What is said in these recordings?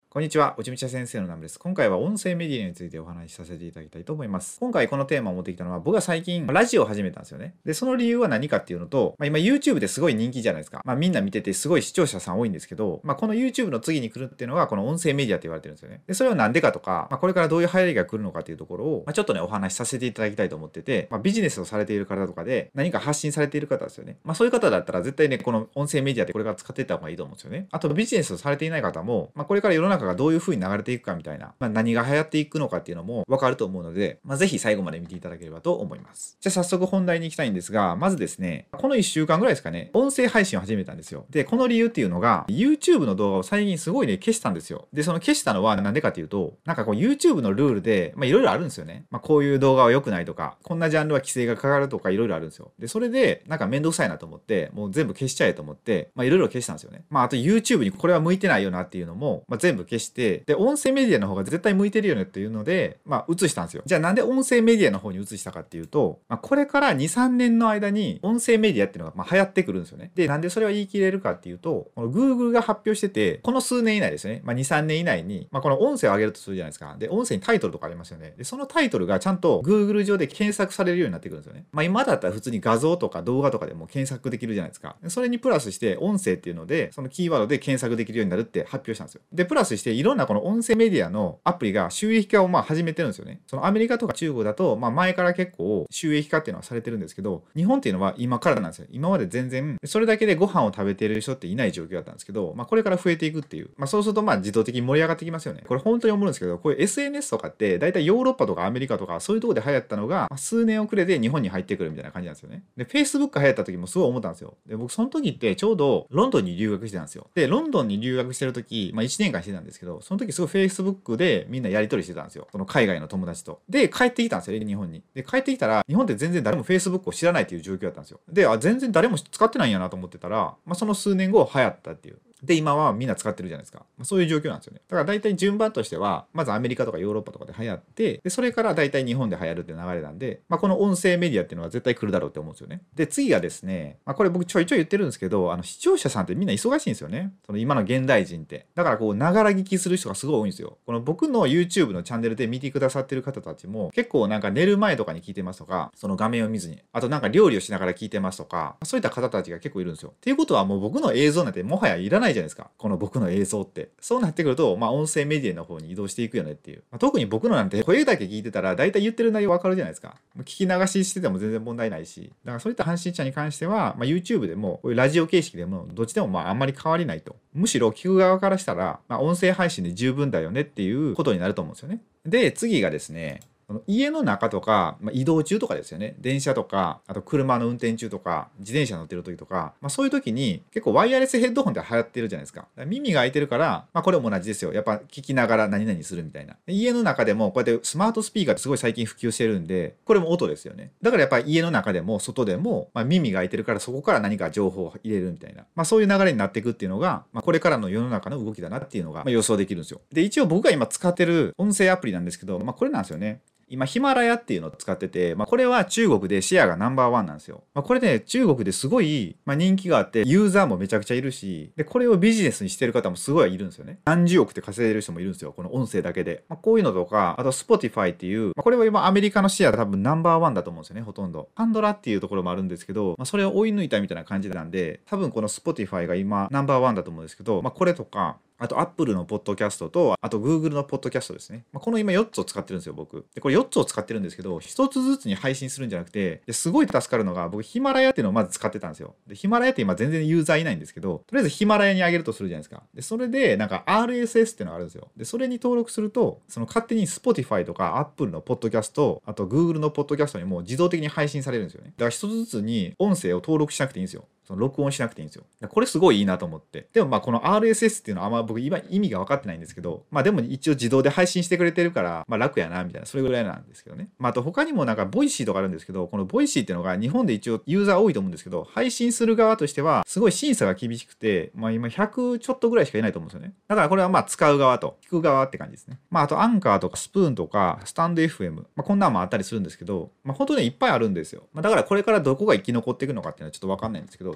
こんにちは、内道先生のナムです。今回は音声メディアについてお話しさせていただきたいと思います。今回このテーマを持ってきたのは、僕が最近ラジオを始めたんですよね。で、その理由は何かっていうのと、今 YouTube ですごい人気じゃないですか。みんな見ててすごい視聴者さん多いんですけど、この YouTube の次に来るっていうのがこの音声メディアって言われてるんですよね。で、それはなんでかとか、これからどういう流行りが来るのかっていうところを、ちょっとね、お話しさせていただきたいと思ってて、ビジネスをされている方とかで何か発信されている方ですよね。そういう方だったら絶対ね、この音声メディアってこれから使っていった方がいいと思うんですよね。あとビジネスをされていない方も、これから世の中がどういう風に流れていくかみたいな、何が流行っていくのかっていうのも分かると思うので、ぜひ最後まで見ていただければと思います。じゃあ早速本題に行きたいんですが、まずですね、この1週間ぐらいですかね、音声配信を始めたんですよ。で、この理由っていうのが、YouTube の動画を最近すごいね、消したんですよ。で、その消したのはなんでかっていうと、YouTube のルールで、いろいろあるんですよね。こういう動画は良くないとか、こんなジャンルは規制がかかるとかいろいろあるんですよ。で、それで、めんどくさいなと思って、もう全部消しちゃえと思って、いろいろ消したんですよね。あと YouTube にこれは向いてないよなっていうのも、全部消して、で、音声メディアの方が絶対向いてるよねっていうので、移したんですよ。じゃあなんで音声メディアの方に移したかっていうと、これから2、3年の間に音声メディアっていうのが流行ってくるんですよね。で、なんでそれは言い切れるかっていうと、この Google が発表してて、この数年以内ですね、2、3年以内に、この音声を上げるとするじゃないですか。で、音声にタイトルとかありますよね。で、そのタイトルがちゃんと Google 上で検索されるようになってくるんですよね。今だったら普通に画像とか動画とかでも検索できるじゃないですか。それにプラスして音声っていうので、そのキーワードで検索できるようになるって発表したんですよ。で、プラスしていろんなこの音声メディアのアプリが収益化を始めてるんですよね。そのアメリカとか中国だと、前から結構収益化っていうのはされてるんですけど、日本っていうのは今からなんですよ。今まで全然それだけでご飯を食べてる人っていない状況だったんですけど、これから増えていくっていう。そうすると自動的に盛り上がってきますよね。これ本当に思うんですけど、こういう SNS とかって大体ヨーロッパとかアメリカとかそういうところで流行ったのが、数年遅れで日本に入ってくるみたいな感じなんですよね。で、Facebook 流行った時もすごい思ったんですよ。で、僕その時ってちょうどロンドンに留学してたんですよ。で、ロンドンに留学してる時、1年間してたんですけど、その時すごい Facebook でみんなやり取りしてたんですよ。その海外の友達と。で、帰ってきたんですよね、日本に。で、帰ってきたら、日本って全然誰も Facebook を知らないっていう状況だったんですよ。で、全然誰も使ってないんやなと思ってたら、その数年後流行ったっていう。で、今はみんな使ってるじゃないですか。そういう状況なんですよね。だから大体順番としては、まずアメリカとかヨーロッパとかで流行って、で、それから大体日本で流行るって流れなんで、この音声メディアっていうのは絶対来るだろうって思うんですよね。で、次がですね、これ僕ちょいちょい言ってるんですけど、視聴者さんってみんな忙しいんですよね。その今の現代人って。だからこう、ながら聞きする人がすごい多いんですよ。この僕の YouTube のチャンネルで見てくださってる方たちも、結構寝る前とかに聞いてますとか、その画面を見ずに。あと料理をしながら聞いてますとか、そういった方たちが結構いるんですよ。っていうことはもう僕の映像なんてもはやいらないじゃないですか。この僕の映像って。そうなってくると、音声メディアの方に移動していくよねっていう。特に僕のなんて声だけ聞いてたら大体言ってる内容わかるじゃないですか。聞き流ししてても全然問題ないし。だからそういった発信者に関しては、YouTube でも、こういうラジオ形式でも、どっちでもあんまり変わりないと。むしろ聞く側からしたら、音声配信で十分だよねっていうことになると思うんですよね。で、次がですね、家の中とか、移動中とかですよね。電車とか、あと車の運転中とか、自転車乗ってる時とか、そういう時に結構ワイヤレスヘッドホンって流行ってるじゃないですか。耳が開いてるから、これも同じですよ。やっぱ聞きながら何々するみたいな。家の中でもこうやってスマートスピーカーってすごい最近普及してるんで、これも音ですよね。だからやっぱ家の中でも外でも、耳が開いてるからそこから何か情報を入れるみたいな。そういう流れになっていくっていうのが、これからの世の中の動きだなっていうのが予想できるんですよ。で、一応僕が今使ってる音声アプリなんですけど、これなんですよね。今、ヒマラヤっていうのを使ってて、これは中国でシェアがナンバーワンなんですよ。これね、中国ですごい、人気があって、ユーザーもめちゃくちゃいるし、で、これをビジネスにしてる方もすごいいるんですよね。何十億って稼いでる人もいるんですよ。この音声だけで。こういうのとか、あと Spotify っていう、これは今アメリカのシェアが多分ナンバーワンだと思うんですよね、ほとんど。パンドラっていうところもあるんですけど、それを追い抜いたみたいな感じなんで、多分この Spotify が今ナンバーワンだと思うんですけど、これとか、あと Apple のポッドキャストと、あと Google のポッドキャストですね。この今4つを使ってるんですよ、僕。で、これ4つを使ってるんですけど、1つずつに配信するんじゃなくて、すごい助かるのが、僕ヒマラヤっていうのをまず使ってたんですよ。で、ヒマラヤって今全然ユーザーいないんですけど、とりあえずヒマラヤに上げるとするじゃないですか。で、それでRSS っていうのがあるんですよ。で、それに登録すると、その勝手に Spotify とか Apple のポッドキャスト、あと Google のポッドキャストにも自動的に配信されるんですよね。だから1つずつに音声を登録しなくていいんですよ。その録音しなくていいんですよ。これすごいいいなと思って。でもこの RSS っていうのはあんま僕今意味が分かってないんですけど、でも一応自動で配信してくれてるから、楽やなみたいな、それぐらいなんですけどね。あと他にもボイシーとかあるんですけど、このボイシーっていうのが日本で一応ユーザー多いと思うんですけど、配信する側としてはすごい審査が厳しくて、今100ちょっとぐらいしかいないと思うんですよね。だからこれは使う側と聞く側って感じですね。あとアンカーとかスプーンとかスタンド FM、こんなんもあったりするんですけど、本当にいっぱいあるんですよ。だからこれからどこが生き残っていくのかっていうのはちょっと分かんないんですけど、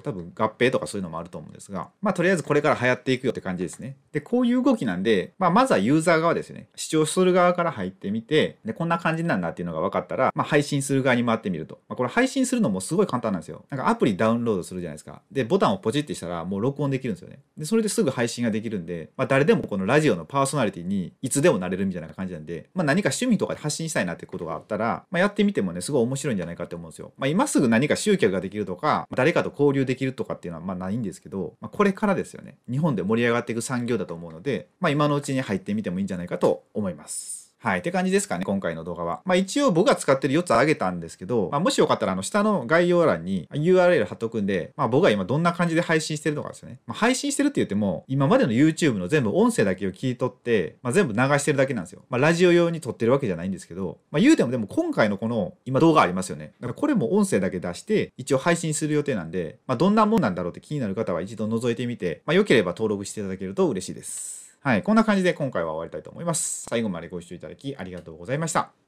多分合併とかそういうのもあると思うんですが、まあとりあえずこれから流行っていくよって感じですね。で、こういう動きなんで、まあまずはユーザー側ですよね。視聴する側から入ってみて、で、こんな感じなんだっていうのが分かったら、まあ配信する側に回ってみると。まあこれ配信するのもすごい簡単なんですよ。なんかアプリダウンロードするじゃないですか。で、ボタンをポチってしたらもう録音できるんですよね。で、それですぐ配信ができるんで、まあ誰でもこのラジオのパーソナリティにいつでもなれるみたいな感じなんで、まあ何か趣味とかで発信したいなってことがあったら、まあやってみてもね、すごい面白いんじゃないかって思うんですよ。まあ今すぐ何か集客ができるとか、誰かと交流できるとかっていうのはまあないんですけど、まあこれからですよね。日本で盛り上がっていく産業だと思うので、まあ今のうちに入ってみてもいいんじゃないかと思います。はい。って感じですかね、今回の動画は。まあ一応僕が使ってる4つあげたんですけど、まあもしよかったら下の概要欄に URL 貼っとくんで、まあ僕が今どんな感じで配信してるのかですよね。まあ配信してるって言っても、今までの YouTube の全部音声だけを切り取って、まあ全部流してるだけなんですよ。まあラジオ用に撮ってるわけじゃないんですけど、まあ言うてもでも今回のこの今動画ありますよね。だからこれも音声だけ出して一応配信する予定なんで、まあどんなもんなんだろうって気になる方は一度覗いてみて、まあ良ければ登録していただけると嬉しいです。はい。こんな感じで今回は終わりたいと思います。最後までご視聴いただきありがとうございました。